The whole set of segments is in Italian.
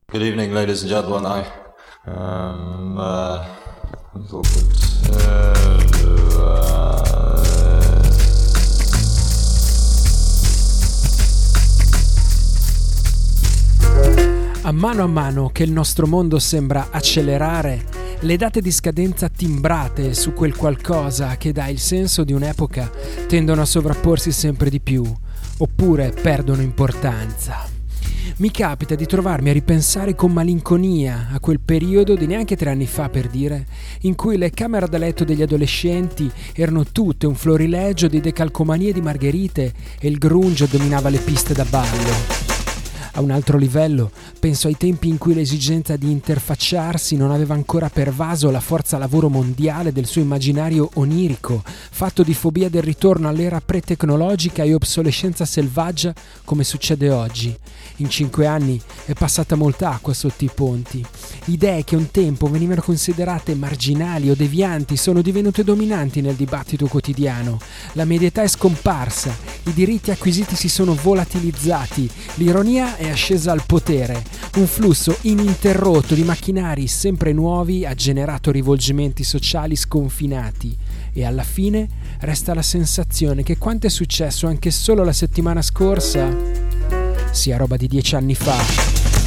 Good evening, ladies and gentlemen. A mano che il nostro mondo sembra accelerare, le date di scadenza timbrate su quel qualcosa che dà il senso di un'epoca tendono a sovrapporsi sempre di più, oppure perdono importanza. Mi capita di trovarmi a ripensare con malinconia a quel periodo di neanche 3 anni fa, per dire, in cui le camere da letto degli adolescenti erano tutte un florilegio di decalcomanie di margherite e il grunge dominava le piste da ballo. A un altro livello, penso ai tempi in cui l'esigenza di interfacciarsi non aveva ancora pervaso la forza lavoro mondiale del suo immaginario onirico, fatto di fobia del ritorno all'era pre-tecnologica e obsolescenza selvaggia come succede oggi. In 5 anni è passata molta acqua sotto i ponti. Idee che un tempo venivano considerate marginali o devianti sono divenute dominanti nel dibattito quotidiano. La medietà è scomparsa, i diritti acquisiti si sono volatilizzati, l'ironia è ascesa al potere. Un flusso ininterrotto di macchinari sempre nuovi ha generato rivolgimenti sociali sconfinati e alla fine resta la sensazione che quanto è successo anche solo la settimana scorsa sia roba di 10 anni fa.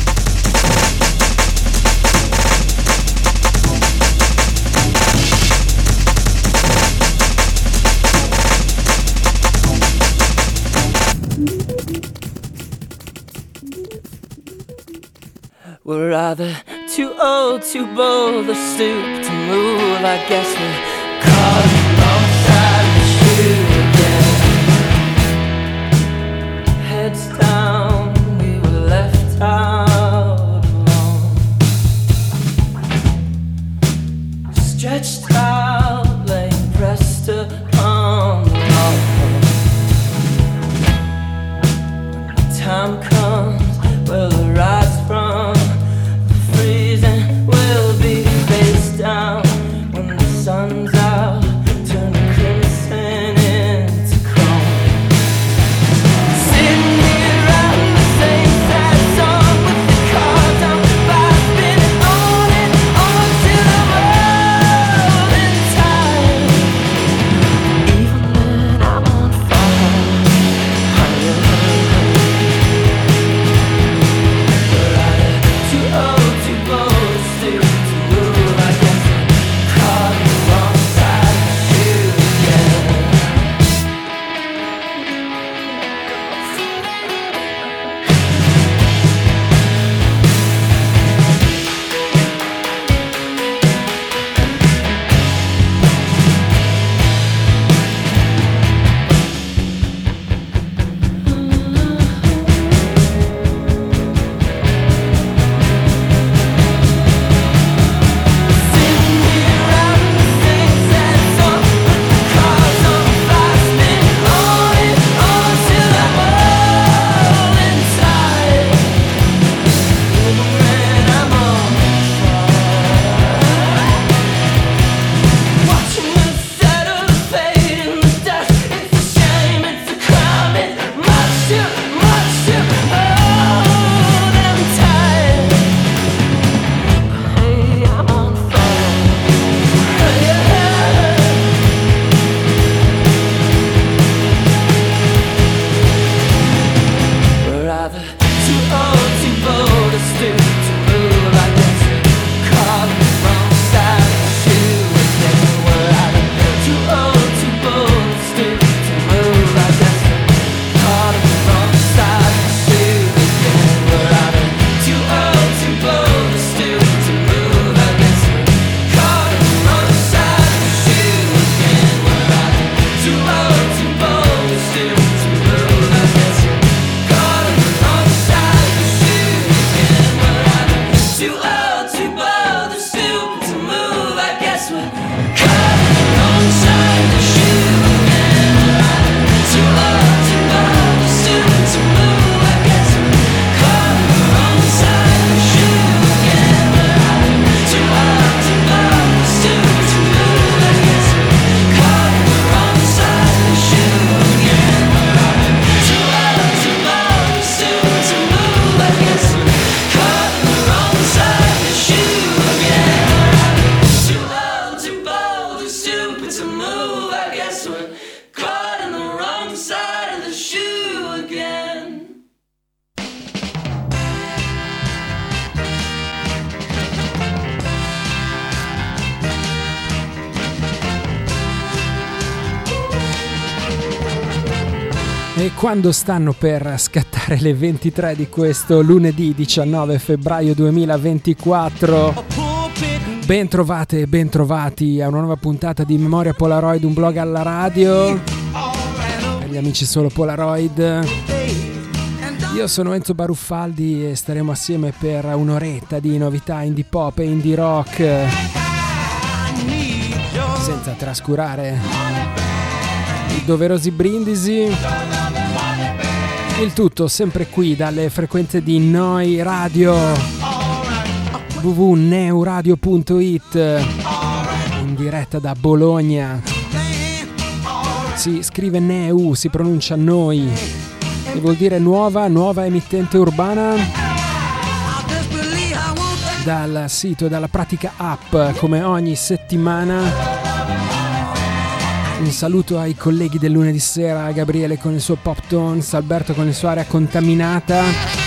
We're either too old, too bold, or stoop to move. I guess we're caught alongside the shoe again. Heads down, we were left out alone. Stretched out, laying pressed upon the wall. When the time comes, we'll rise from freezing, we'll be face down when the sun's out, turning crimson into chrome. Sitting here E quando stanno per scattare le 23 di questo lunedì 19 febbraio 2024, bentrovate e bentrovati a una nuova puntata di Memoria Polaroid, un blog alla radio per gli amici solo Polaroid. Io sono Enzo Baruffaldi e staremo assieme per un'oretta di novità indie pop e indie rock, senza trascurare i doverosi brindisi. Il tutto sempre qui dalle frequenze di Noi Radio, www.neuradio.it, in diretta da Bologna. Si scrive Neu, si pronuncia Noi, che vuol dire nuova emittente urbana. Dal sito, dalla pratica app, come ogni settimana. Un saluto ai colleghi del lunedì sera, Gabriele con il suo Pop Tones, Alberto con il suo Area Contaminata.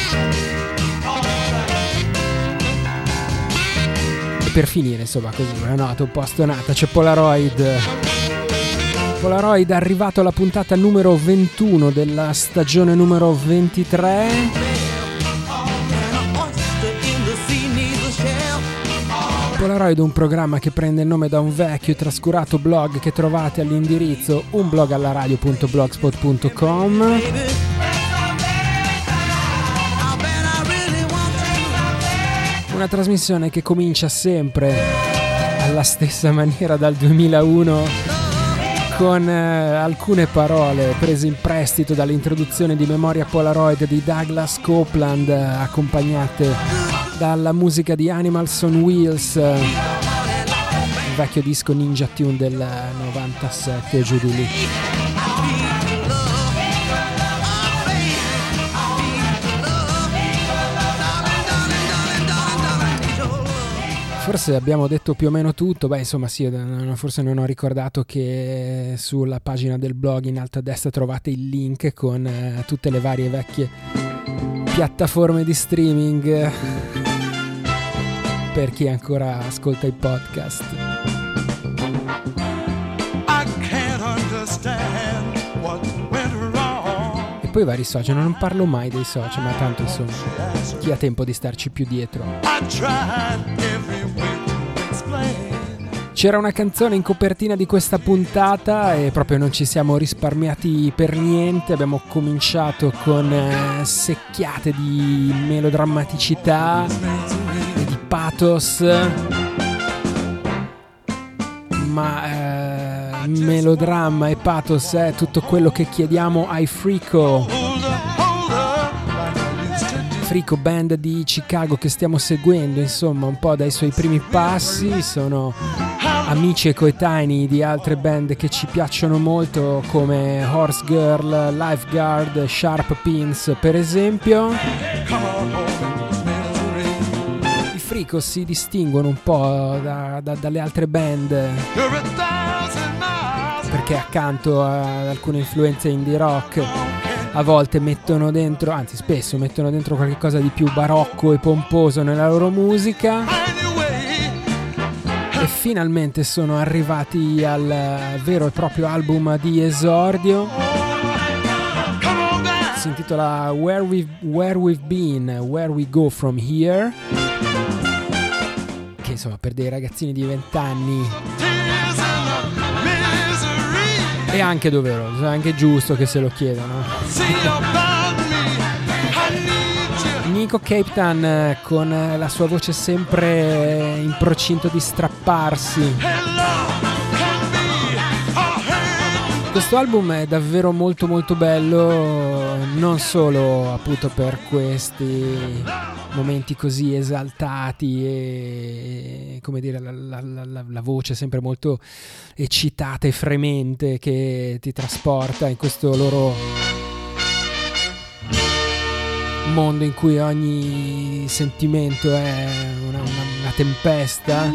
E per finire, insomma, così, una nota un po' stonata, c'è Polaroid. Polaroid è arrivato alla puntata numero 21 della stagione numero 23. Polaroid è un programma che prende il nome da un vecchio e trascurato blog che trovate all'indirizzo unblogallaradio.blogspot.com. Una trasmissione che comincia sempre alla stessa maniera dal 2001 con alcune parole prese in prestito dall'introduzione di Memoria Polaroid di Douglas Copeland, accompagnate dalla musica di Animals on Wheels, il vecchio disco Ninja Tune del 97 giù di lì. Forse abbiamo detto più o meno tutto. Beh, insomma, sì, forse non ho ricordato che sulla pagina del blog in alto a destra trovate il link con tutte le varie vecchie piattaforme di streaming per chi ancora ascolta i podcast. E poi vari social, non parlo mai dei social, ma tanto insomma chi ha tempo di starci più dietro. C'era una canzone in copertina di questa puntata e proprio non ci siamo risparmiati per niente. Abbiamo cominciato con secchiate di melodrammaticità e di pathos, ma melodramma e pathos è tutto quello che chiediamo ai Frico, band di Chicago che stiamo seguendo, insomma, un po' dai suoi primi passi. Sono amici e coetanei di altre band che ci piacciono molto, come Horse Girl, Lifeguard, Sharp Pins per esempio. I Frico si distinguono un po' dalle altre band perché accanto ad alcune influenze indie rock a volte mettono dentro, anzi spesso mettono dentro qualche cosa di più barocco e pomposo nella loro musica. E finalmente sono arrivati al vero e proprio album di esordio. Si intitola Where We've Been, Where We Go From Here, che insomma per dei ragazzini di 20 anni è anche doveroso, è anche giusto che se lo chiedano. Nico Capetan con la sua voce sempre in procinto di strapparsi. Questo album è davvero molto molto bello, non solo appunto per questi momenti così esaltati e come dire la voce sempre molto eccitata e fremente che ti trasporta in questo loro mondo in cui ogni sentimento è una tempesta,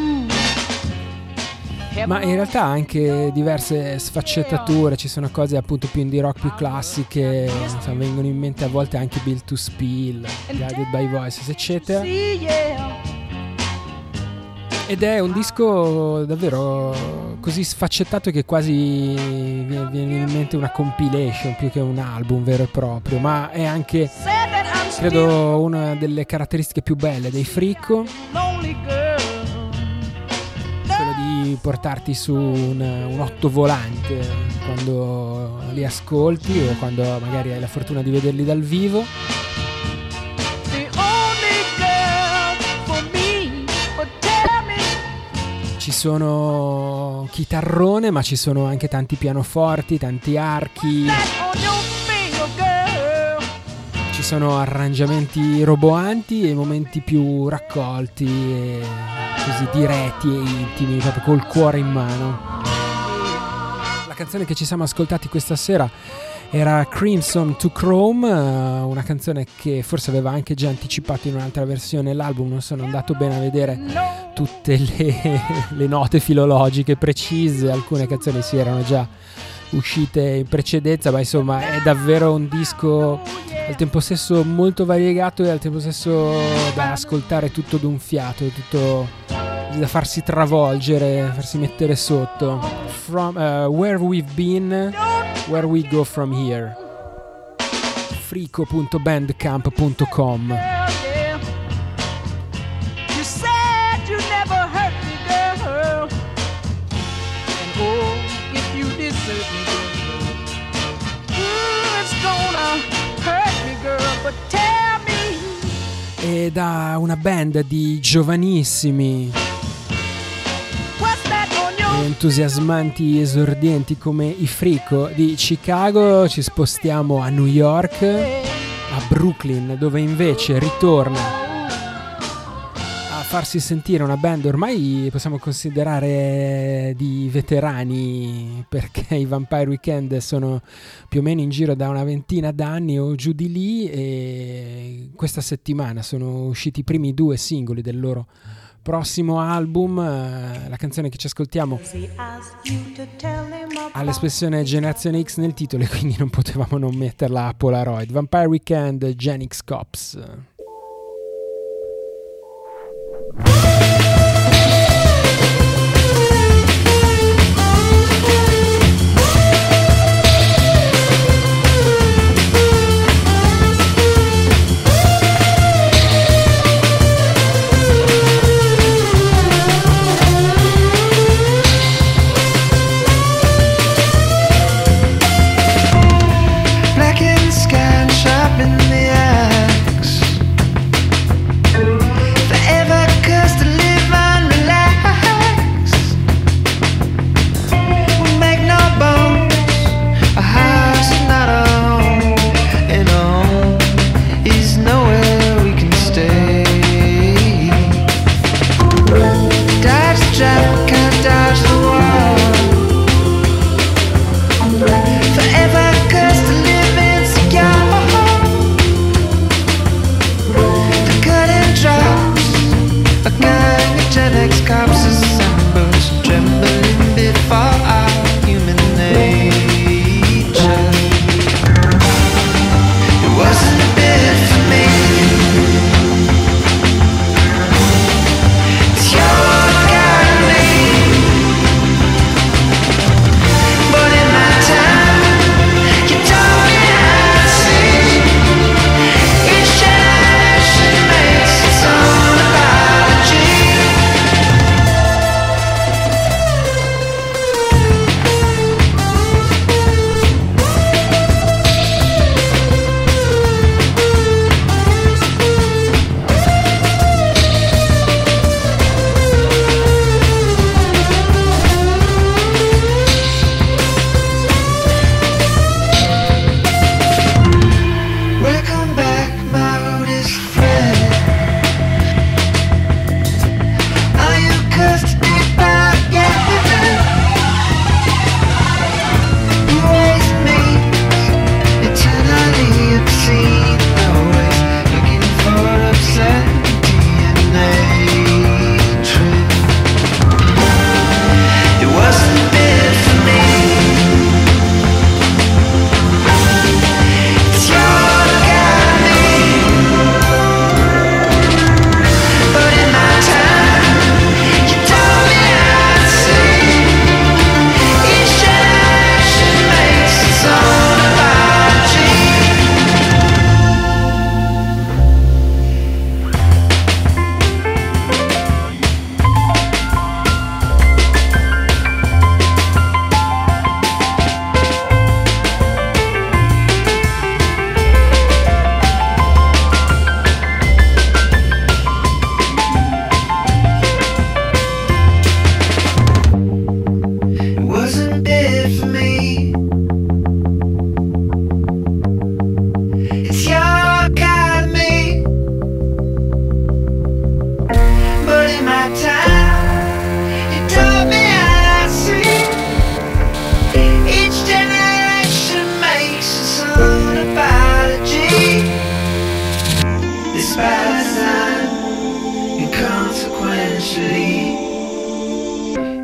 ma in realtà anche diverse sfaccettature. Ci sono cose appunto più indie rock, più classiche, insomma, vengono in mente a volte anche Built to Spill, Guided by Voices eccetera. Ed è un disco davvero così sfaccettato che quasi viene in mente una compilation più che un album vero e proprio, ma è anche, credo, una delle caratteristiche più belle dei Fricco, quello di portarti su un ottovolante quando li ascolti o quando magari hai la fortuna di vederli dal vivo. Ci sono chitarrone, ma ci sono anche tanti pianoforti, tanti archi. Ci sono arrangiamenti roboanti e momenti più raccolti e così diretti e intimi, proprio col cuore in mano. La canzone che ci siamo ascoltati questa sera era Crimson to Chrome, una canzone che forse aveva anche già anticipato in un'altra versione l'album. Non sono andato bene a vedere tutte le note filologiche precise, alcune canzoni si erano già uscite in precedenza, ma insomma è davvero un disco al tempo stesso molto variegato e al tempo stesso da ascoltare tutto d'un fiato, tutto da farsi travolgere, farsi mettere sotto. From Where We've Been, Where We Go From Here. frico.bandcamp.com. E da una band di giovanissimi entusiasmanti esordienti come i Fricco di Chicago ci spostiamo a New York, a Brooklyn, dove invece ritorna a farsi sentire una band ormai possiamo considerare di veterani, perché i Vampire Weekend sono più o meno in giro da una ventina d'anni o giù di lì, e questa settimana sono usciti i primi 2 singoli del loro prossimo album. La canzone che ci ascoltiamo ha l'espressione Generazione X nel titolo e quindi non potevamo non metterla a Polaroid. Vampire Weekend, Gen X Cops. Black in the sky, sharp in the axe.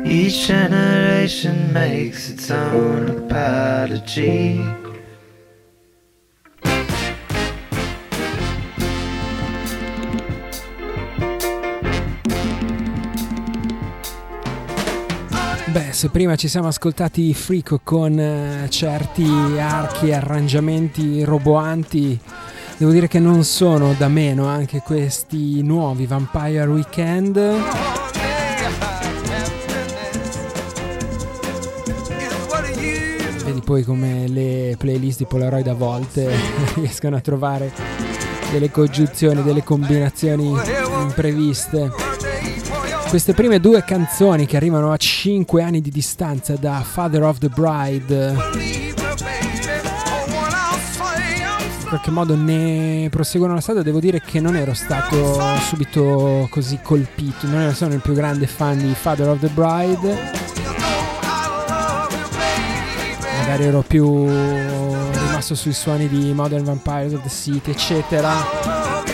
Each generation makes its own apology. Beh, se prima ci siamo ascoltati Freak con certi archi e arrangiamenti roboanti, devo dire che non sono da meno anche questi nuovi Vampire Weekend. Vedi poi come le playlist di Polaroid a volte riescono a trovare delle congiunzioni, delle combinazioni impreviste. Queste prime due canzoni che arrivano a 5 anni di distanza da Father of the Bride in qualche modo ne proseguono la strada. Devo dire che non ero stato subito così colpito, non sono il più grande fan di Father of the Bride, magari ero più rimasto sui suoni di Modern Vampires of the City eccetera.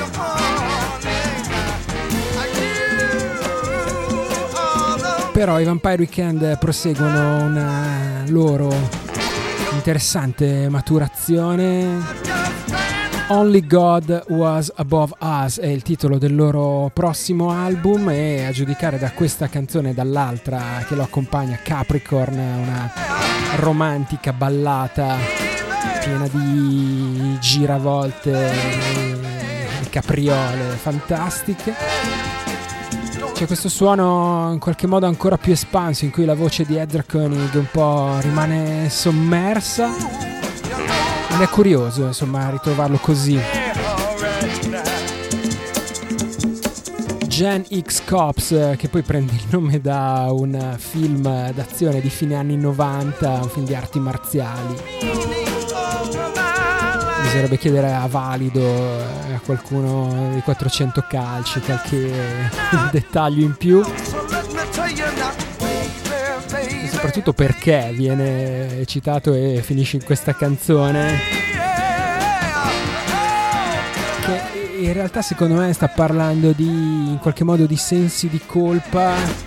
Però i Vampire Weekend proseguono una loro interessante maturazione. Only God Was Above Us è il titolo del loro prossimo album e a giudicare da questa canzone e dall'altra che lo accompagna, Capricorn, una romantica ballata piena di giravolte e capriole fantastiche. C'è questo suono in qualche modo ancora più espanso in cui la voce di Ezra Koenig un po' rimane sommersa ed è curioso insomma ritrovarlo così. Gen X Cops, che poi prende il nome da un film d'azione di fine anni 90, un film di arti marziali. Bisognerebbe chiedere a Valido, a qualcuno di 400 calci, qualche dettaglio in più. E soprattutto perché viene citato e finisce in questa canzone. Che in realtà secondo me sta parlando di, in qualche modo, di sensi di colpa,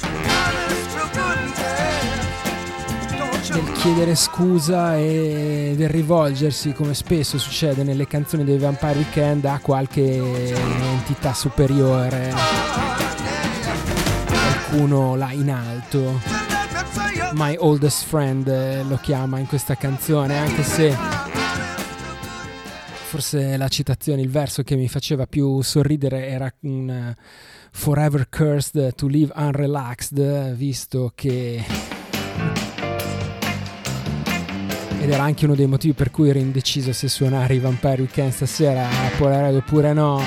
del chiedere scusa e del rivolgersi, come spesso succede nelle canzoni dei Vampire Weekend, a qualche entità superiore, qualcuno là in alto. My Oldest Friend lo chiama in questa canzone, anche se forse la citazione, il verso che mi faceva più sorridere era un Forever Cursed to Live Unrelaxed, visto che ed era anche uno dei motivi per cui ero indeciso se suonare i Vampire Weekend stasera a Polaroid oppure no.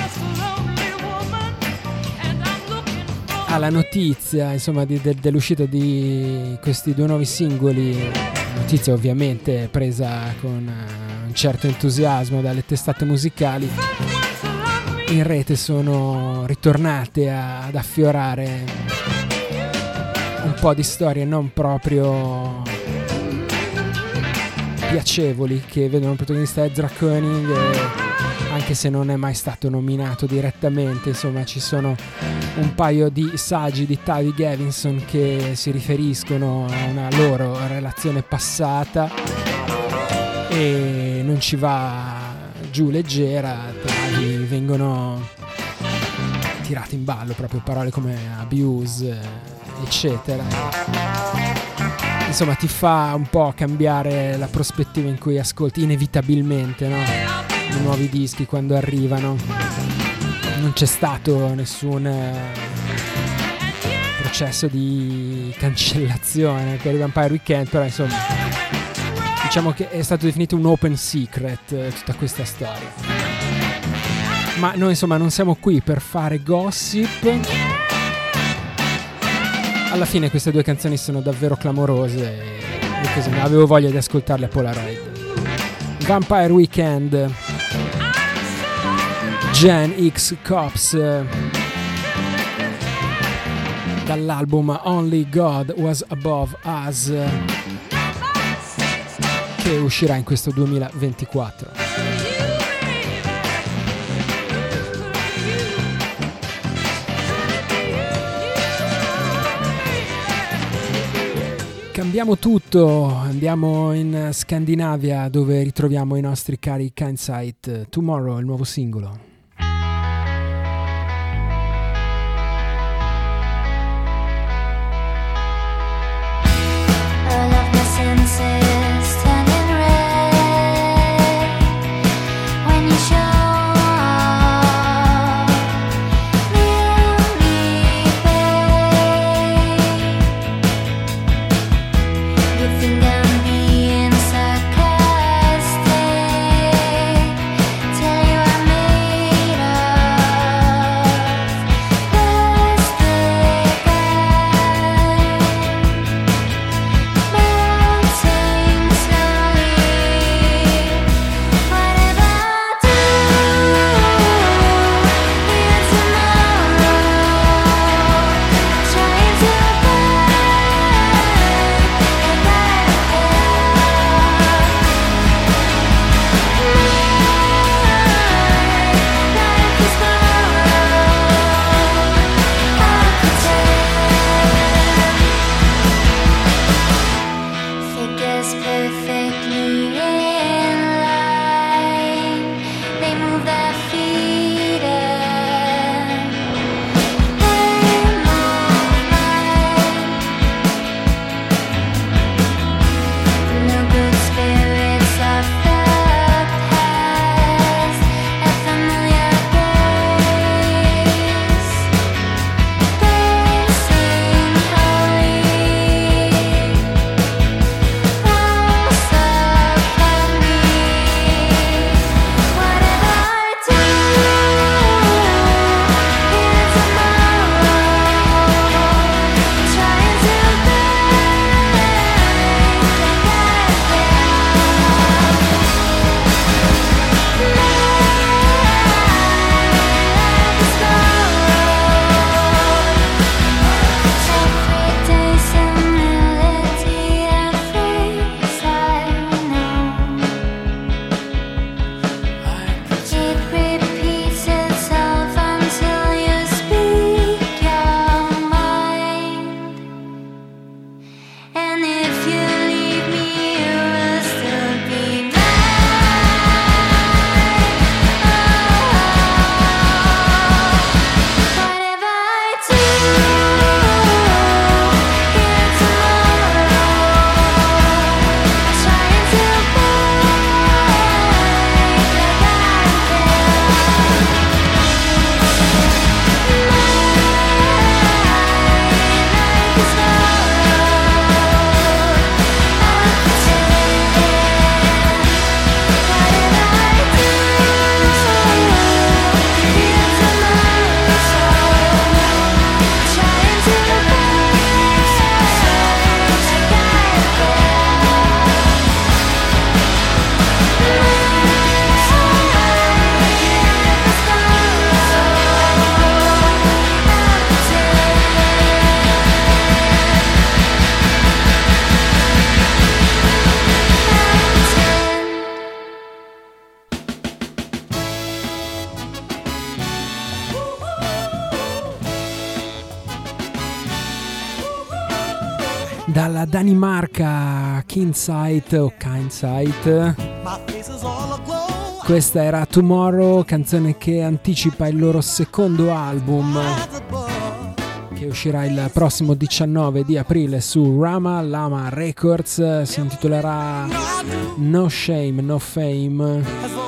Alla notizia insomma dell'uscita di questi due nuovi singoli, notizia ovviamente presa con un certo entusiasmo dalle testate musicali, in rete sono ritornate ad affiorare un po' di storie non proprio piacevoli che vedono il protagonista Ezra Koenig, anche se non è mai stato nominato direttamente. Insomma, ci sono un paio di saggi di Tavi Gavinson che si riferiscono a una loro relazione passata e non ci va giù leggera. Tavi vengono tirate in ballo proprio parole come abuse eccetera. Insomma, ti fa un po' cambiare la prospettiva in cui ascolti inevitabilmente, no? I nuovi dischi quando arrivano. Non c'è stato nessun processo di cancellazione per i Vampire Weekend, però insomma diciamo che è stato definito un open secret tutta questa storia. Ma noi insomma non siamo qui per fare gossip. Alla fine queste due canzoni sono davvero clamorose e così avevo voglia di ascoltarle a Polaroid. Vampire Weekend, Gen X Cops, dall'album Only God Was Above Us, che uscirà in questo 2024. Cambiamo tutto, andiamo in Scandinavia dove ritroviamo i nostri cari Kindsight. Tomorrow, il nuovo singolo. Dalla Danimarca, Kindsight o Kindsight. Questa era Tomorrow, canzone che anticipa il loro secondo album che uscirà il prossimo 19 di aprile su Rama Lama Records. Si intitolerà No Shame, No Fame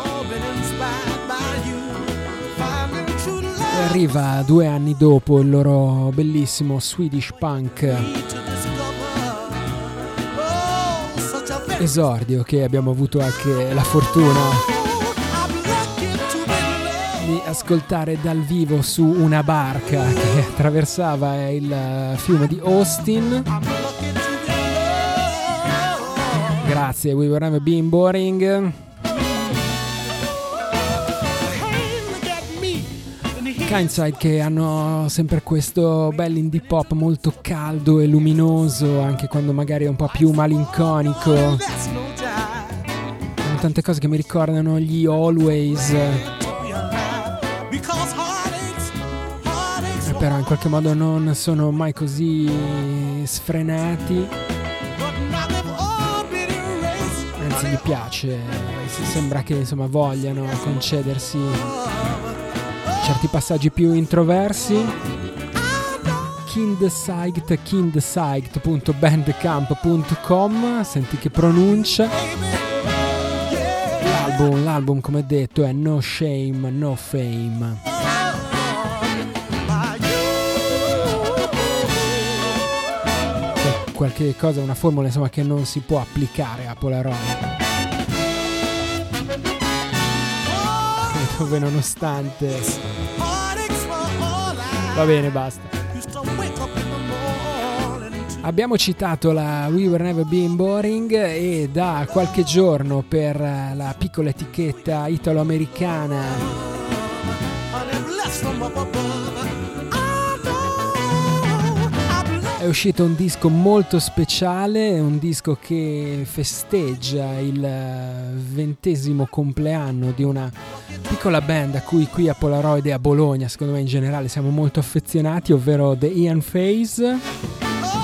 e arriva 2 anni dopo il loro bellissimo Swedish Punk esordio, che abbiamo avuto anche la fortuna di ascoltare dal vivo su una barca che attraversava il fiume di Austin. Grazie, We Were Never Been Boring. Kindsight, che hanno sempre questo bel indie pop molto caldo e luminoso, anche quando magari è un po' più malinconico. Hanno tante cose che mi ricordano gli Always, però in qualche modo non sono mai così sfrenati. gli piace, sembra che insomma vogliano concedersi certi passaggi più introversi. kindesight.bandcamp.com, senti che pronuncia. L'album come detto è No Shame, No Fame. Qualche cosa, una formula insomma che non si può applicare a Polaroid, dove nonostante va bene, basta. Abbiamo citato la We Were Never Been Boring e da qualche giorno per la piccola etichetta italo-americana è uscito un disco molto speciale, un disco che festeggia il 20° compleanno di una piccola band a cui qui a Polaroid e a Bologna, secondo me in generale, siamo molto affezionati, ovvero The Ian Phase.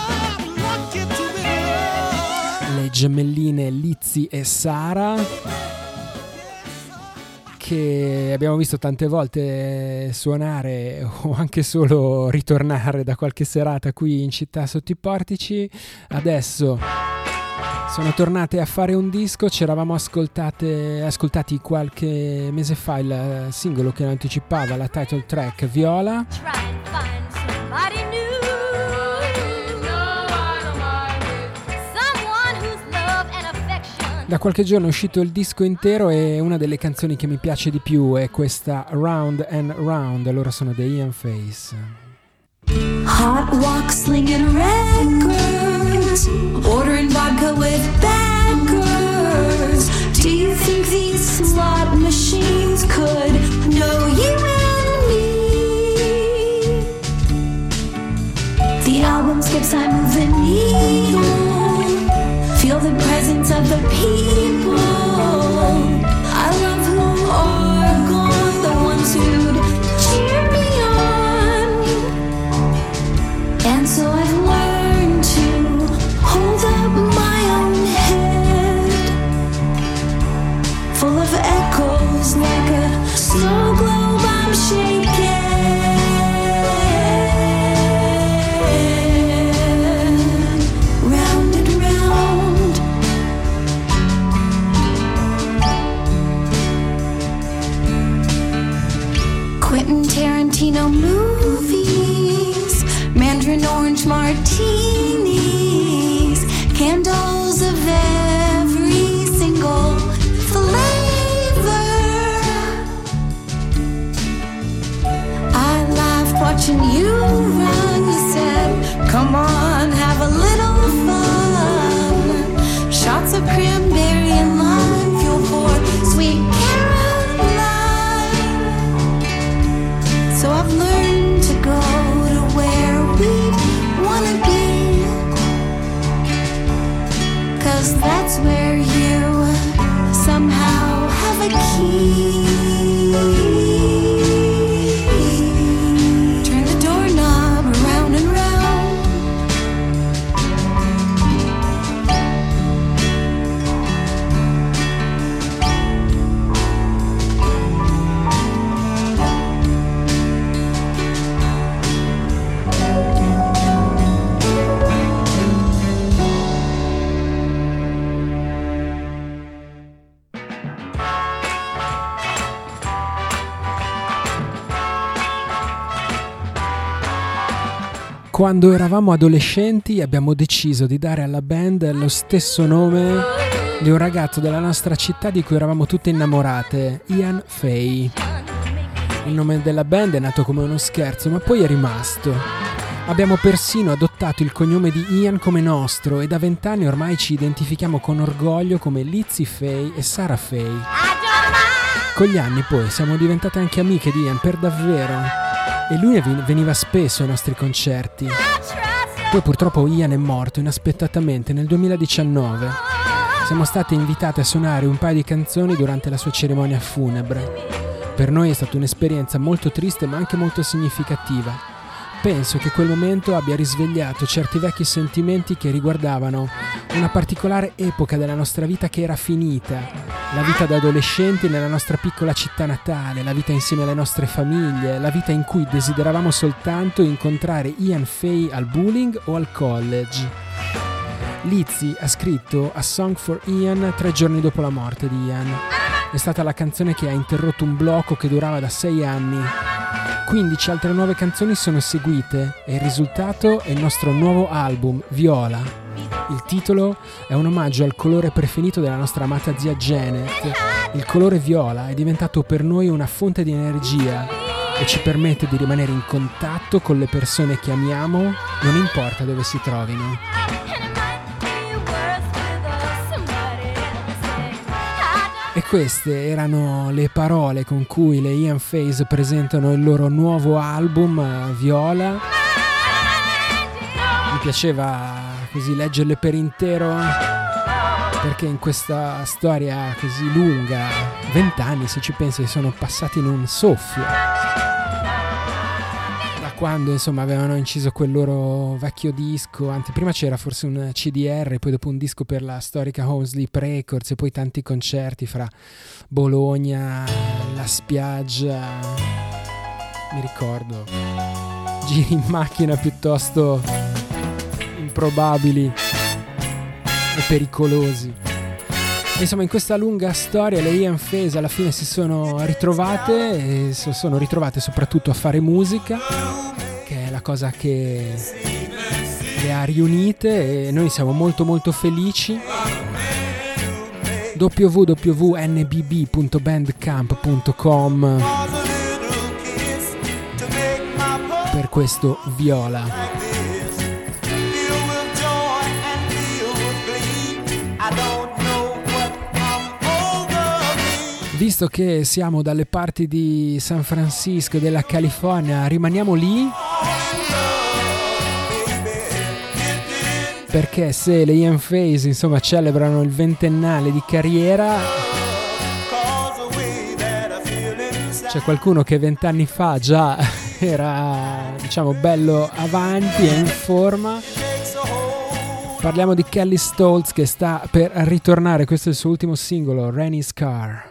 Le gemelline Lizzy e Sara, che abbiamo visto tante volte suonare o anche solo ritornare da qualche serata qui in città sotto i portici. Adesso sono tornate a fare un disco. Ci eravamo ascoltati qualche mese fa il singolo che anticipava la title track, Viola. Da qualche giorno è uscito il disco intero e una delle canzoni che mi piace di più è questa Round and Round. Loro sono The Ian Phase. Hot walk slinging records, ordering vodka with backers. Do you think these slot machines could know you and me? The album skips, I move the needle. Feel the presence of the people. I love who are gone, the ones who'd cheer me on. And so I've learned to hold up my own head, full of echoes like a snow globe I'm shaking. Quentin Tarantino movies, Mandarin orange martinis, candles of every single flavor. I laughed watching you run. You said, come on, have a little fun. Shots of cranberry and lime, fuel for sweet so I've learned to go to where we wanna be, 'cause that's where you somehow have a key. Turn the doorknob around and round. Quando eravamo adolescenti abbiamo deciso di dare alla band lo stesso nome di un ragazzo della nostra città di cui eravamo tutte innamorate, Ian Fay. Il nome della band è nato come uno scherzo, ma poi è rimasto. Abbiamo persino adottato il cognome di Ian come nostro e da 20 anni ormai ci identifichiamo con orgoglio come Lizzy Fay e Sara Fay. Con gli anni poi siamo diventate anche amiche di Ian per davvero. E lui veniva spesso ai nostri concerti. Poi purtroppo Ian è morto inaspettatamente nel 2019. Siamo state invitate a suonare un paio di canzoni durante la sua cerimonia funebre. Per noi è stata un'esperienza molto triste ma anche molto significativa. Penso che quel momento abbia risvegliato certi vecchi sentimenti che riguardavano una particolare epoca della nostra vita che era finita, la vita da adolescenti nella nostra piccola città natale, la vita insieme alle nostre famiglie, la vita in cui desideravamo soltanto incontrare Ian Fay al bowling o al college. Lizzy ha scritto A Song for Ian 3 giorni dopo la morte di Ian. È stata la canzone che ha interrotto un blocco che durava da 6 anni. 15 altre nuove canzoni sono seguite e il risultato è il nostro nuovo album, Viola. Il titolo è un omaggio al colore preferito della nostra amata zia Janet. Il colore viola è diventato per noi una fonte di energia e ci permette di rimanere in contatto con le persone che amiamo, non importa dove si trovino. E queste erano le parole con cui le Ian Fays presentano il loro nuovo album, Viola. Mi piaceva così leggerle per intero, perché in questa storia così lunga, 20 anni se ci pensi sono passati in un soffio, da quando insomma avevano inciso quel loro vecchio disco, anzi prima c'era forse un CDR, poi dopo un disco per la storica Home Sleep Records e poi tanti concerti fra Bologna, La Spiaggia, mi ricordo, giri in macchina piuttosto improbabili e pericolosi. E insomma, in questa lunga storia le Ian Fays alla fine si sono ritrovate e si sono ritrovate soprattutto a fare musica, che è la cosa che le ha riunite, e noi siamo molto molto felici. www.nbb.bandcamp.com per questo Viola. Visto che siamo dalle parti di San Francisco e della California, rimaniamo lì, perché se le Ian Fays insomma celebrano il 20ennale di carriera, c'è qualcuno che 20 anni fa già era, diciamo, bello avanti e in forma. Parliamo di Kelly Stoltz, che sta per ritornare. Questo è il suo ultimo singolo, Rainy's Car.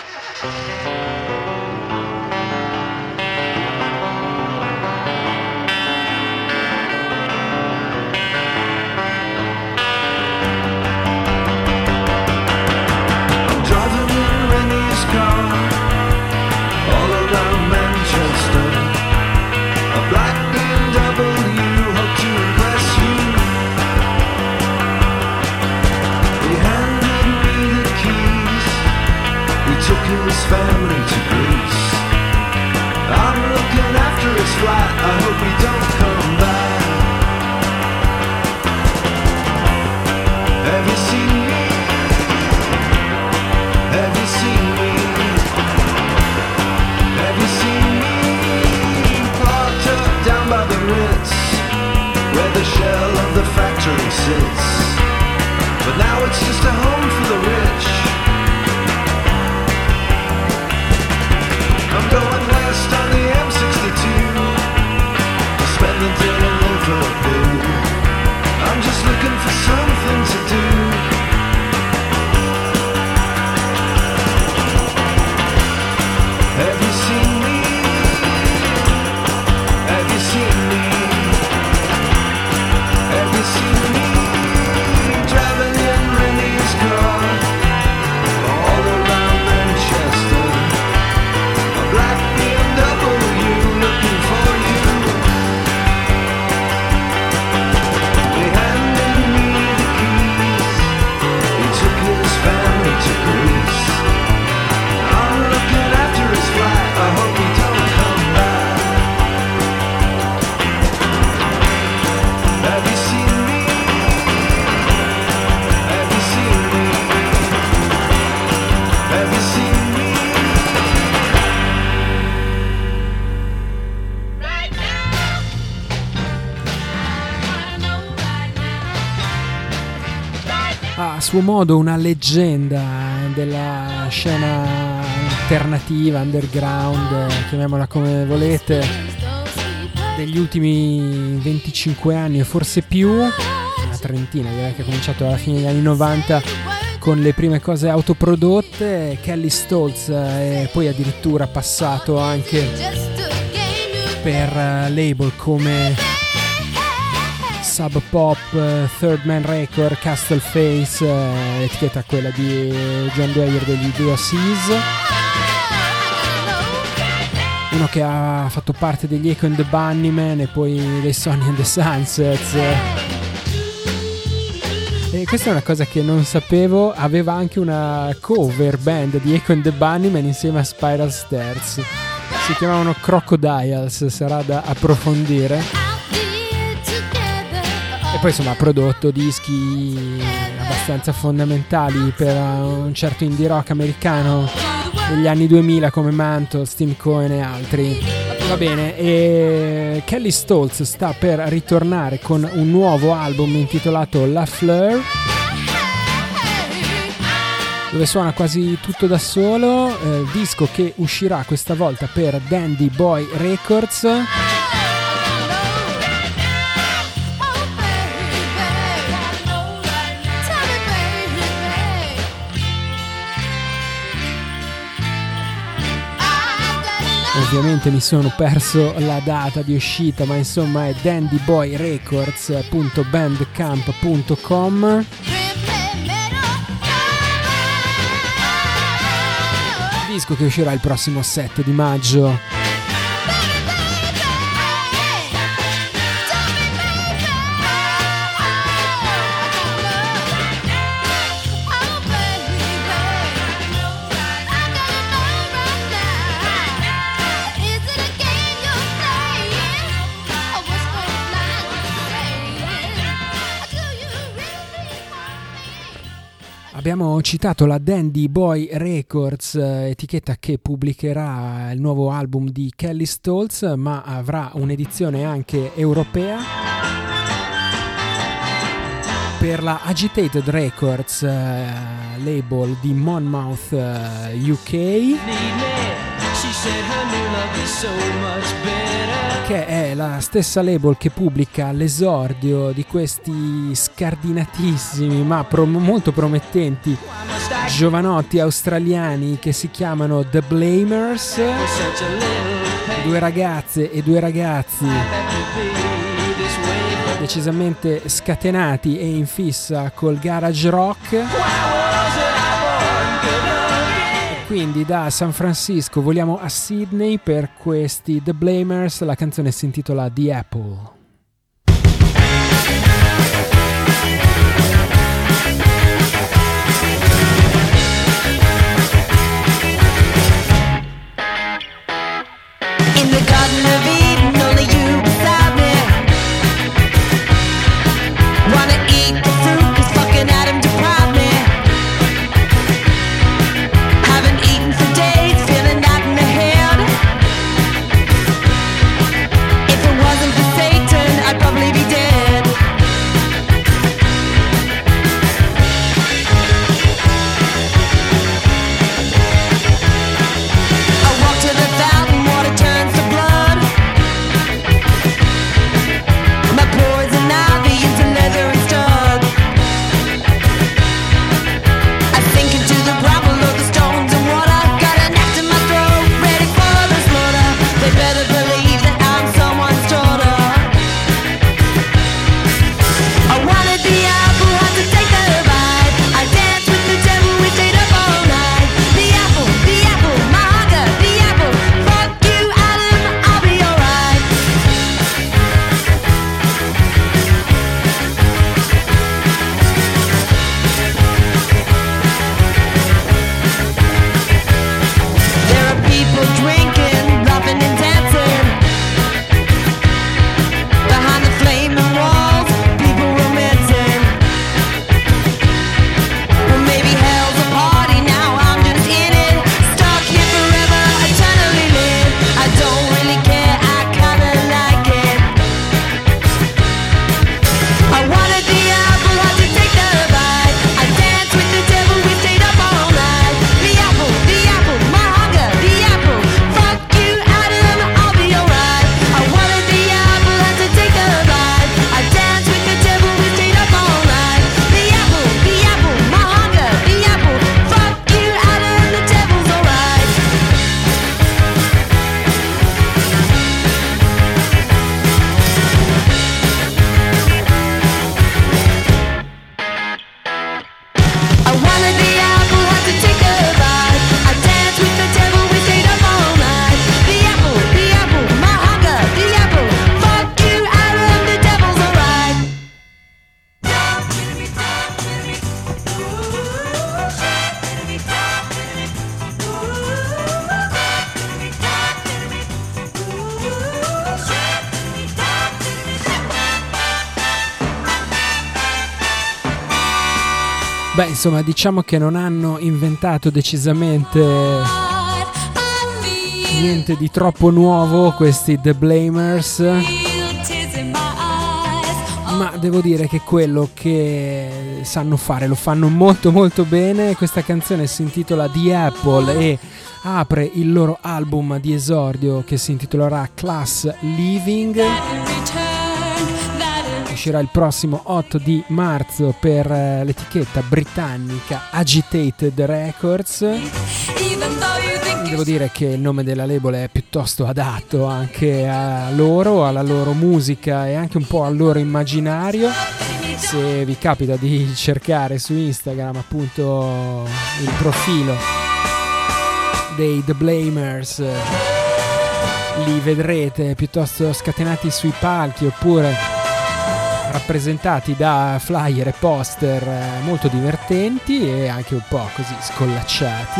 His family to Greece. I'm looking after his flight, I hope he don't come back. Have you seen me? Have you seen me? Have you seen me? Parked up down by the Ritz, where the shell of the factory sits. But now it's just a home for the rich. I'm going west on the M62 to spend the day in Liverpool. I'm just looking for something to do. Have you seen me? Have you seen me? Have you seen me? Driving in Rennie's car all around Manchester. Black BMW looking for you. They handed me the keys. He took his family to Greece. I'm looking after his flight, I hope he don't come back. Have you seen me? Have you seen me? Have you seen me? A suo modo una leggenda della scena alternativa, underground, chiamiamola come volete, degli ultimi 25 anni e forse più. trentina, direi che ha cominciato alla fine degli anni 90 con le prime cose autoprodotte. Kelly Stoltz è poi addirittura passato anche per label come Sub Pop, Third Man Record, Castle Face, etichetta quella di John Dwyer degli Idiocies, uno che ha fatto parte degli Echo and the Bunnymen e poi dei Sonny and the Sunsets. E questa è una cosa che non sapevo, aveva anche una cover band di Echo and the Bunnymen insieme a Spiral Stairs, si chiamavano Crocodiles, sarà da approfondire. E poi insomma ha prodotto dischi abbastanza fondamentali per un certo indie rock americano degli anni 2000 come Mantle, Steve Cohen e altri. Va bene, e Kelly Stoltz sta per ritornare con un nuovo album intitolato La Fleur, dove suona quasi tutto da solo, disco che uscirà questa volta per Dandy Boy Records. Ovviamente mi sono perso la data di uscita, ma insomma è dandyboyrecords.bandcamp.com. Disco che uscirà il prossimo 7 di maggio. Abbiamo citato la Dandy Boy Records, etichetta che pubblicherà il nuovo album di Kelly Stoltz, ma avrà un'edizione anche europea per la Agitated Records, label di Monmouth, UK, che è la stessa label che pubblica l'esordio di questi scardinatissimi ma molto promettenti giovanotti australiani che si chiamano The Blamers, due ragazze e due ragazzi decisamente scatenati e in fissa col garage rock. Quindi da San Francisco voliamo a Sydney per questi The Blamers, la canzone si intitola The Apple. In the Garden of Eden, only you beside me. Wanna eat the fruit, 'cause fucking Adam deprived me. Haven't eaten for days, feeling that in the head. If it wasn't for Satan, I'd probably be dead. I walk to the fountain, water turns to blood. Beh, insomma, diciamo che non hanno inventato decisamente niente di troppo nuovo questi The Blamers, ma devo dire che quello che sanno fare lo fanno molto molto bene. Questa canzone si intitola The Apple e apre il loro album di esordio che si intitolerà Class Living. Uscirà il prossimo 8 di marzo per l'etichetta britannica Agitated Records. Devo dire che il nome della label è piuttosto adatto anche a loro, alla loro musica e anche un po' al loro immaginario. Se vi capita di cercare su Instagram appunto il profilo dei The Blamers, li vedrete piuttosto scatenati sui palchi oppure rappresentati da flyer e poster molto divertenti e anche un po' così scollacciati.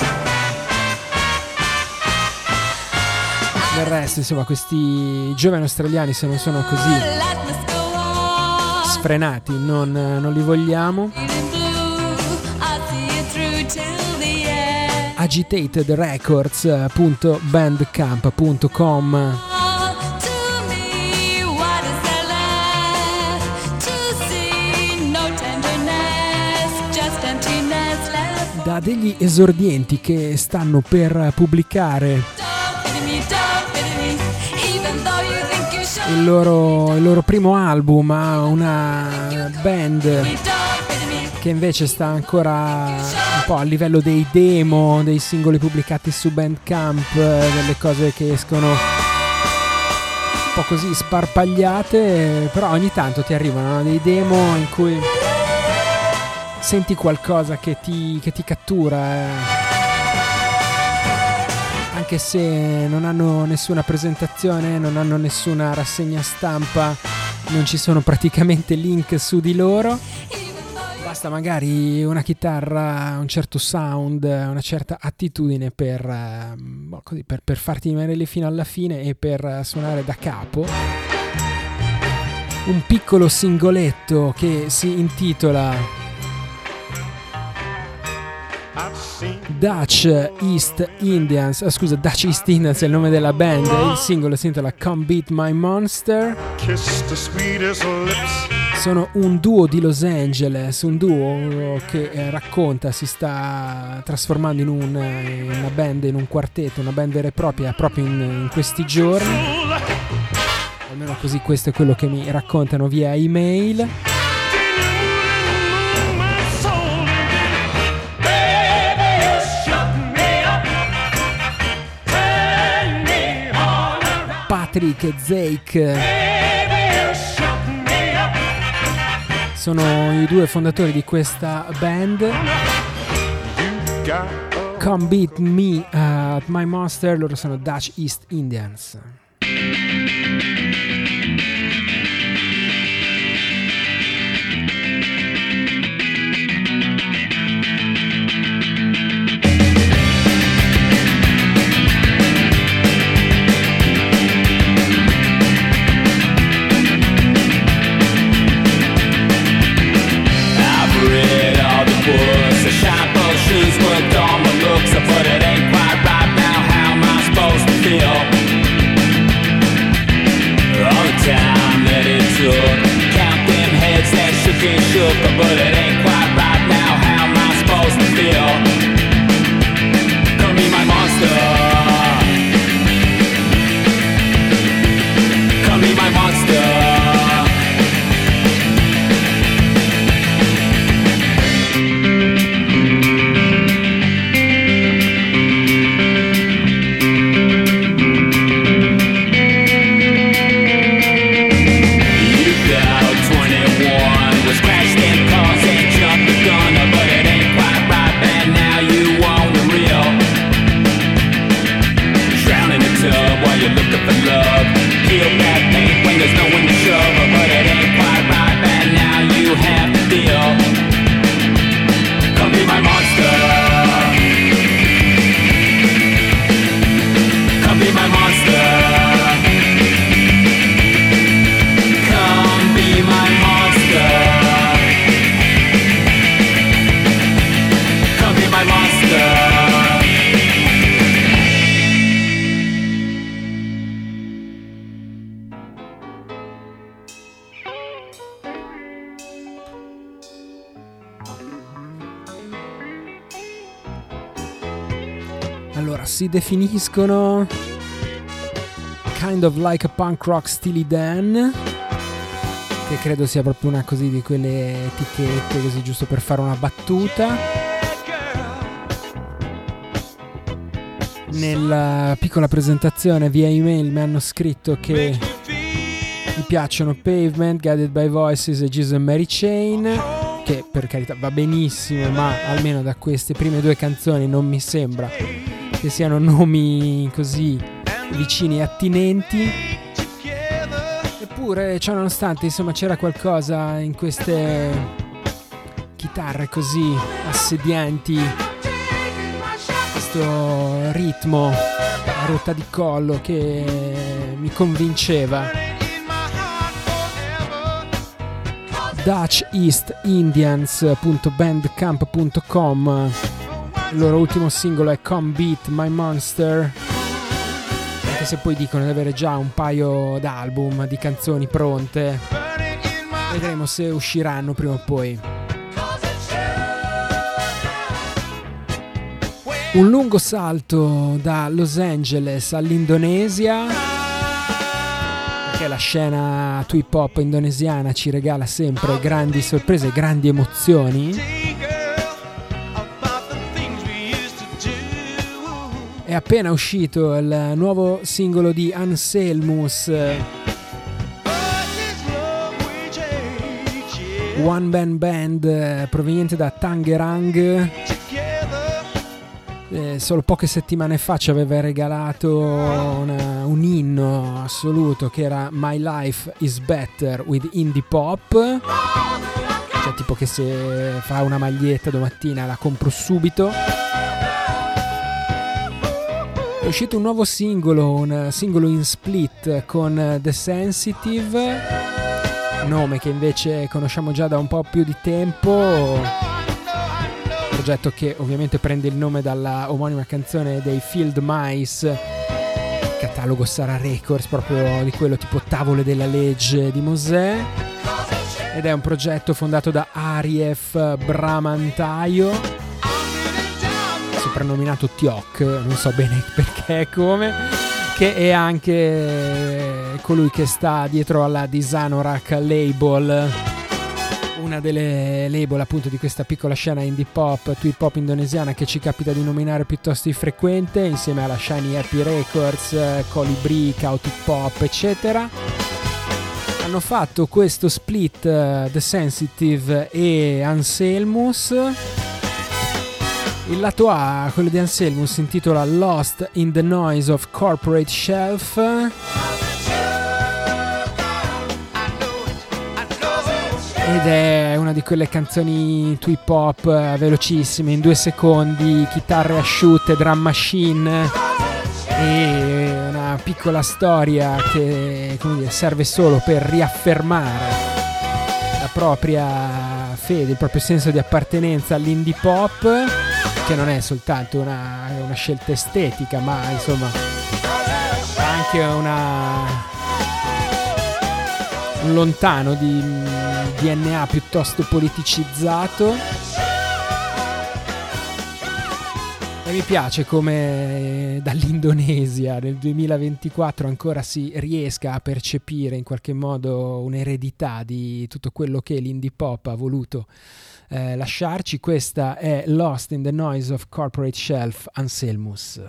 Del resto, insomma, questi giovani australiani, se non sono così sfrenati, non li vogliamo. agitatedrecords.bandcamp.com. Da degli esordienti che stanno per pubblicare il loro primo album a una band che invece sta ancora un po' a livello dei demo, dei singoli pubblicati su Bandcamp, delle cose che escono un po' così sparpagliate, però ogni tanto ti arrivano dei demo in cui senti qualcosa che ti cattura, anche se non hanno nessuna presentazione, non hanno nessuna rassegna stampa, non ci sono praticamente link su di loro, basta magari una chitarra, un certo sound, una certa attitudine per farti rimanere fino alla fine e per suonare da capo. Un piccolo singoletto che si intitola Dutch East Indians è il nome della band, il singolo si intitola Come Beat My Monster. Sono un duo di Los Angeles, un duo che racconta, si sta trasformando in una band, in un quartetto, una band vera e propria proprio in questi giorni, almeno così questo è quello che mi raccontano via email. Patrick e Zake sono i due fondatori di questa band. Come Beat Me at My Monster, loro sono Dutch East Indians. But it ain't quite right now. How am I supposed to feel? All the time that it took, count them heads that shook and shook. But it ain't quite right now. How am I supposed to feel? Come be my monster. Come be my monster. Crashed in cars Allora, si definiscono kind of like a punk rock Steely Dan, che credo sia proprio una così di quelle etichette così giusto per fare una battuta. Nella piccola presentazione via email mi hanno scritto che mi piacciono Pavement, Guided by Voices e Jesus and Mary Chain, che per carità va benissimo, ma almeno da queste prime due canzoni non mi sembra che siano nomi così vicini e attinenti. Eppure, ciò nonostante, insomma, c'era qualcosa in queste chitarre così assedianti, questo ritmo a rotta di collo che mi convinceva. DutchEastIndians.bandcamp.com. Il loro ultimo singolo è Come Beat My Monster, anche se poi dicono di avere già un paio d'album di canzoni pronte. Vedremo se usciranno prima o poi. Un lungo salto da Los Angeles all'Indonesia, perché la scena trip hop indonesiana ci regala sempre grandi sorprese e grandi emozioni. È appena uscito il nuovo singolo di Anselmus, One Man Band, proveniente da Tangerang. Solo poche settimane fa ci aveva regalato un inno assoluto che era My Life is Better with Indie Pop, cioè tipo che se fa una maglietta domattina la compro subito. È uscito un nuovo singolo, un singolo in split con The Sensitive, nome che invece conosciamo già da un po' più di tempo, progetto che ovviamente prende il nome dalla omonima canzone dei Field Mice, catalogo Sara Records, proprio di quello tipo Tavole della legge di Mosè, ed è un progetto fondato da Arief Bramantaio, soprannominato Tiok, non so bene perché e come, che è anche colui che sta dietro alla Disanorak label, una delle label appunto di questa piccola scena indie pop, trip hop indonesiana che ci capita di nominare piuttosto di frequente, insieme alla Shiny Happy Records, Colibri, Chaotic Pop, eccetera. Hanno fatto questo split, The Sensitive e Anselmus. Il lato A, quello di Anselmus, si intitola Lost in the Noise of Corporate Shelf ed è una di quelle canzoni trip hop velocissime, in 2 secondi, chitarre asciutte, drum machine e una piccola storia che, come dire, serve solo per riaffermare la propria fede, il proprio senso di appartenenza all'indie pop, che non è soltanto una scelta estetica, ma insomma anche un lontano di DNA piuttosto politicizzato. E mi piace come dall'Indonesia nel 2024 ancora si riesca a percepire in qualche modo un'eredità di tutto quello che l'indie pop ha voluto lasciarci. Questa è Lost in the Noise of Corporate Shelf, Anselmus.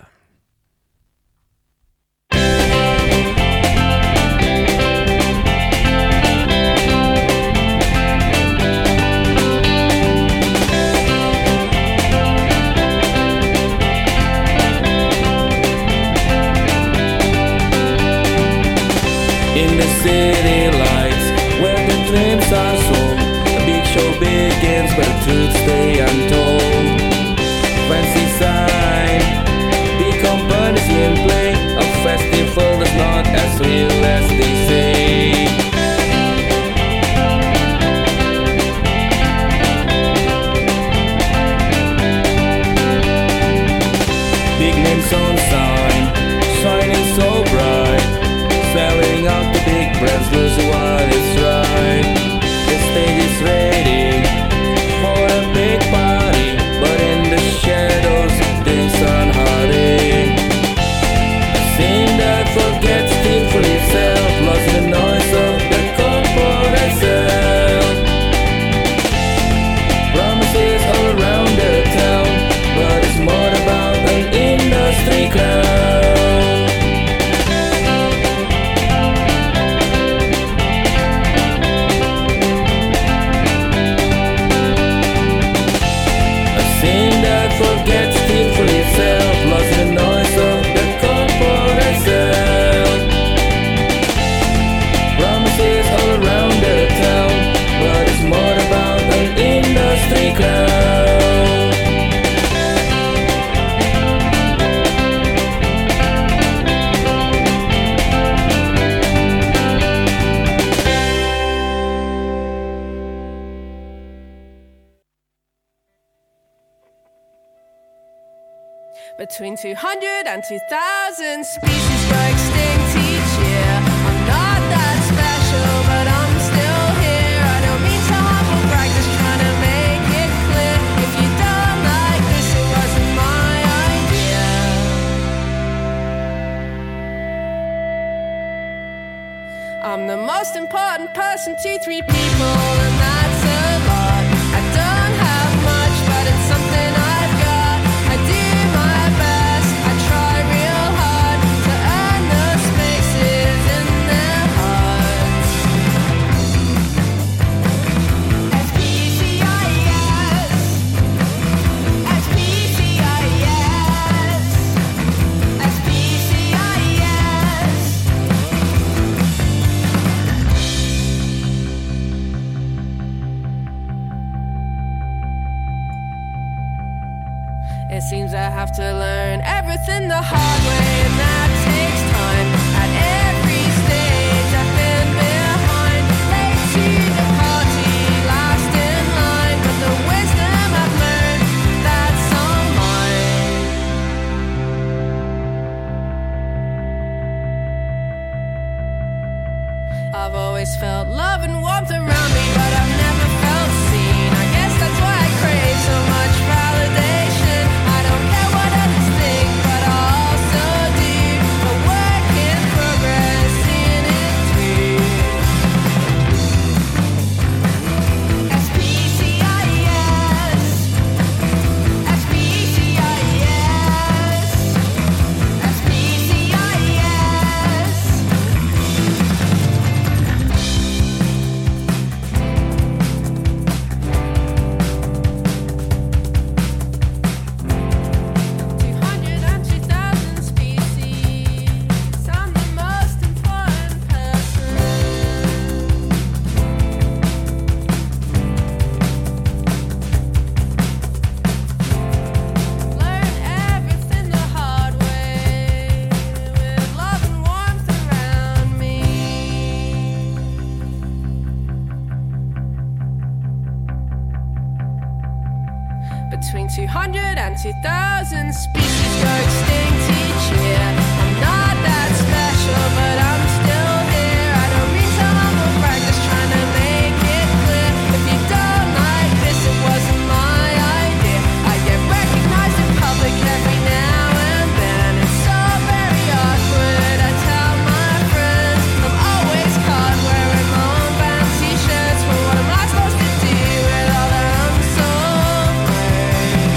In the city lights, where the dreams are sold, the big show begins, but the truth stay untold. Fancy sign, the Between 200 and 2,000 species go extinct each year. I'm not that special, but I'm still here. I don't mean to humble brag, just trying to make it clear. If you don't like this, it wasn't my idea. I'm the most important person to 3 people, and that's a lot. I don't have much, but it's something I've got. I do my best, I try real hard to earn the spaces in their hearts. SPCIS, SPCIS, SPCIS. It seems I have to learn everything the hard way, and that takes time. At every stage I've been behind, late to the party, last in line. But the wisdom I've learned, that's all mine. I've always felt love and warmth around me, but I've never felt seen. I guess that's why I crave so much validation. I don't care what others think, but I also do. A work in progress, seeing it through. SPCIS, SPCIS, SPCIS. Between 200 and 2,000 species go extinct each year. I'm not that special, but I'm still here. I don't mean to humble brag, just trying to make it clear. If you don't like this, it wasn't my idea. I get recognized in public every now and then. It's so very awkward, I tell my friends. I'm always caught wearing my own band t-shirts. But what am I supposed to do with all that unsold merch?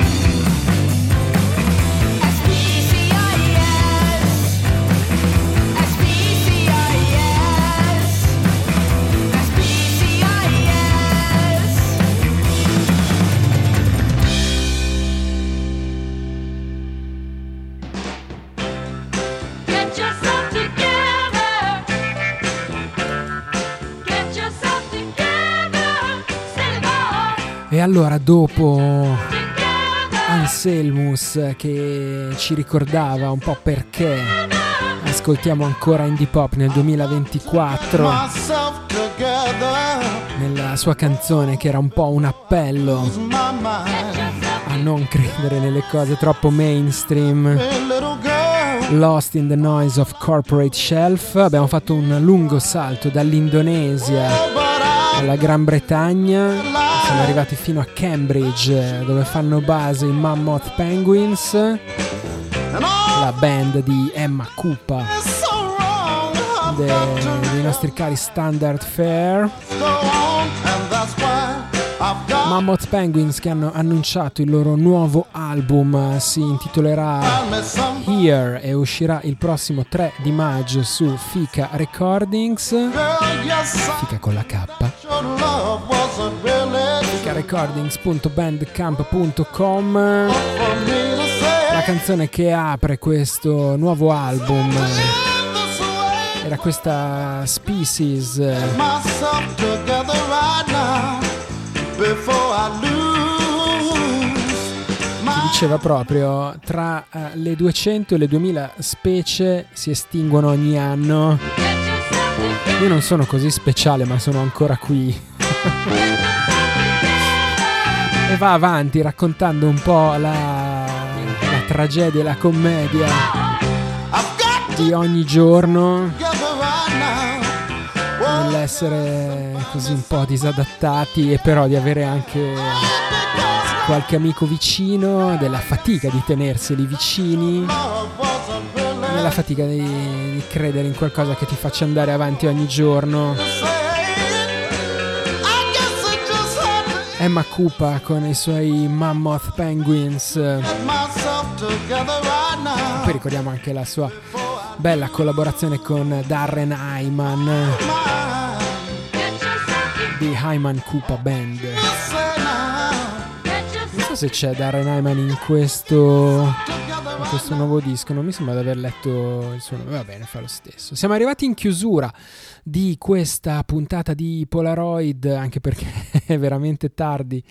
SPCIS, SPCIS, SPCIS. Get yourself together. Get yourself together. Stand up. E allora, dopo Together. Anselmus che ci ricordava un po' perché ascoltiamo ancora indie pop nel 2024, Myself together, nella sua canzone che era un po' un appello my mind, a non credere nelle cose troppo mainstream. a little girl. Lost in the Noise of Corporate Shelf. Abbiamo fatto un lungo salto dall'Indonesia alla Gran Bretagna, siamo arrivati fino a Cambridge, dove fanno base i Mammoth Penguins, la band di Emma Cooper, So wrong, dei nostri cari Standard Fare. go on, and that's why I've got Mammoth Penguins che hanno annunciato il loro nuovo album, si intitolerà me some Here e uscirà il prossimo 3 di maggio su Fika Recordings, girl. Yes, Fika con la K, your love wasn't really fikarecordings.bandcamp.com. for me to say. La canzone che apre questo nuovo album This way, era questa Species, myself together right now before I lose my. diceva proprio tra le 200 e le 2000 specie si estinguono ogni anno. Io non sono così speciale, ma sono ancora qui. E va avanti raccontando un po' la tragedia e la commedia di ogni giorno, nell'essere così un po' disadattati e però di avere anche qualche amico vicino, della fatica di tenerseli vicini, della fatica di credere in qualcosa che ti faccia andare avanti ogni giorno. Emma Koopa con i suoi Mammoth Penguins. Poi ricordiamo anche la sua bella collaborazione con Darren Hyman di Hyman Koopa Band. Non so se c'è Darren Hyman in questo nuovo disco, non mi sembra di aver letto il suo nome. Va bene, fa lo stesso. Siamo arrivati in chiusura di questa puntata di Polaroid, anche perché è veramente tardi.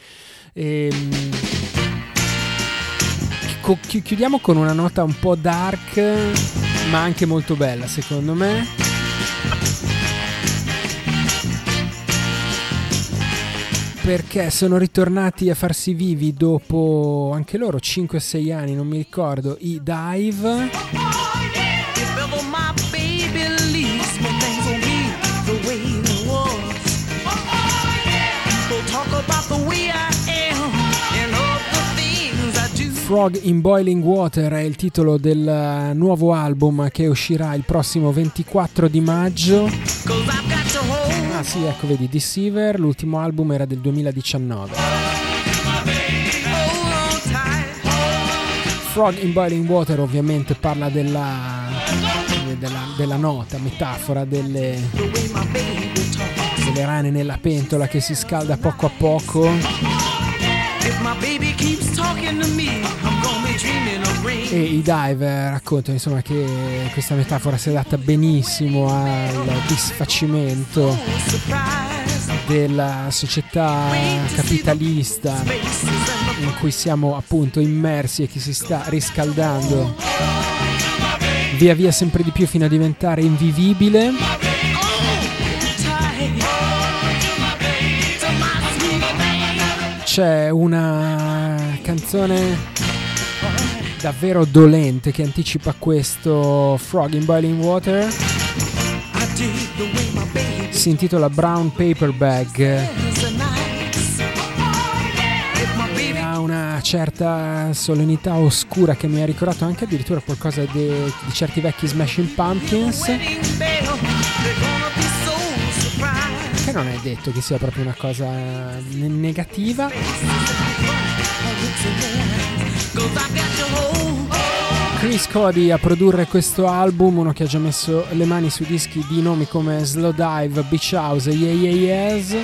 Chiudiamo con una nota un po' dark, ma anche molto bella secondo me. Perché sono ritornati a farsi vivi dopo anche loro 5-6 anni, non mi ricordo, i Dive. Frog in Boiling Water è il titolo del nuovo album che uscirà il prossimo 24 di maggio. Ah sì, ecco, vedi, Deceiver, l'ultimo album era del 2019. Frog in Boiling Water ovviamente parla della nota metafora delle rane nella pentola che si scalda poco a poco. E i Dive raccontano insomma che questa metafora si adatta benissimo al disfacimento della società capitalista in cui siamo appunto immersi e che si sta riscaldando via via sempre di più fino a diventare invivibile. C'è una canzone davvero dolente che anticipa questo Frog in Boiling Water, si intitola Brown Paper Bag, ha una certa solennità oscura che mi ha ricordato anche addirittura qualcosa di certi vecchi Smashing Pumpkins, che non è detto che sia proprio una cosa negativa. Chris Cody a produrre questo album, uno che ha già messo le mani su dischi di nomi come Slow Dive, Beach House e Yeah Yeah Yeahs.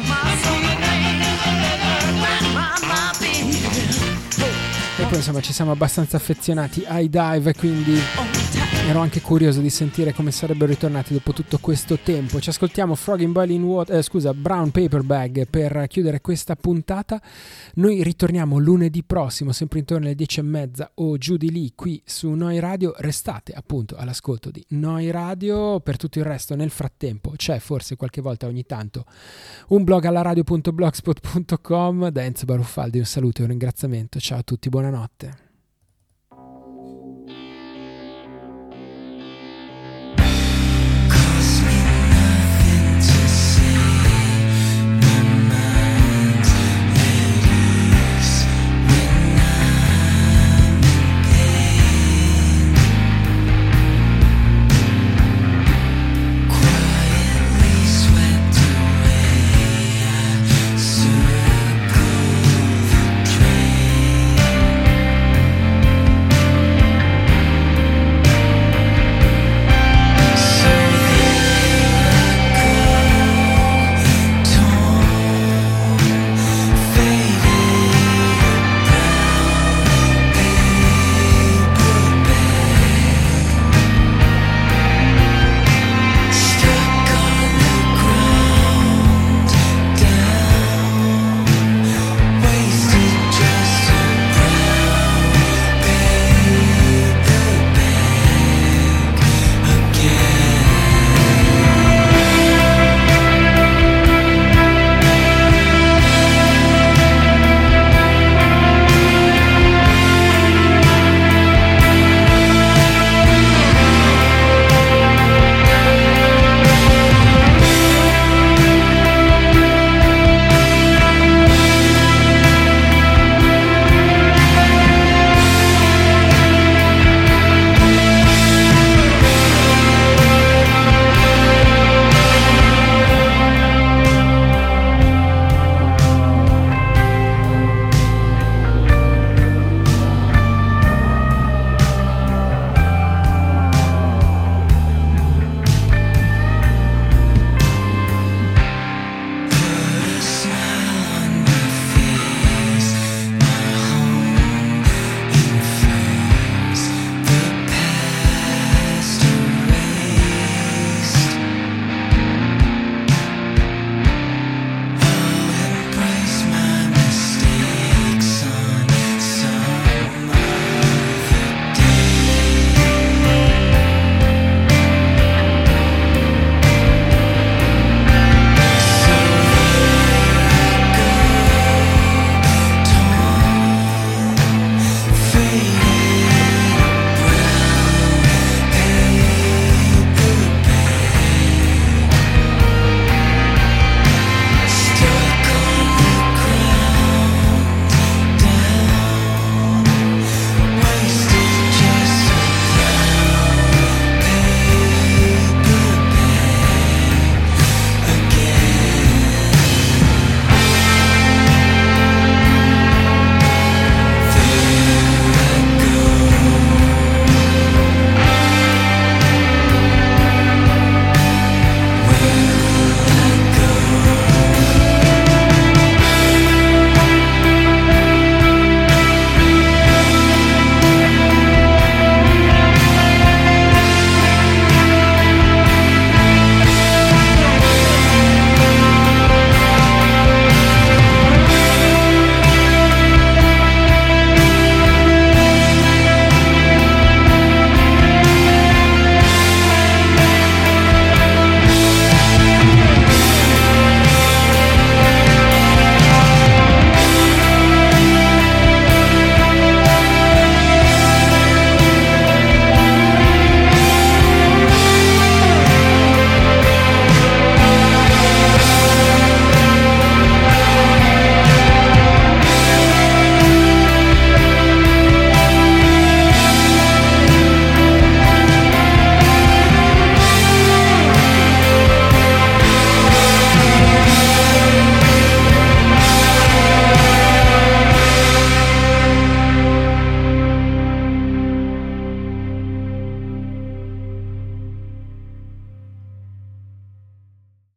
E poi insomma ci siamo abbastanza affezionati ai Dive, quindi ero anche curioso di sentire come sarebbero ritornati dopo tutto questo tempo. Ci ascoltiamo Frog in Boiling Water, Brown Paper Bag per chiudere questa puntata. Noi ritorniamo lunedì prossimo, sempre intorno alle 10:30 o giù di lì, qui su Noi Radio. Restate appunto all'ascolto di Noi Radio. Per tutto il resto, nel frattempo, c'è forse qualche volta ogni tanto un blog alla radio.blogspot.com. Da Enzo Baruffaldi un saluto e un ringraziamento. Ciao a tutti, buonanotte.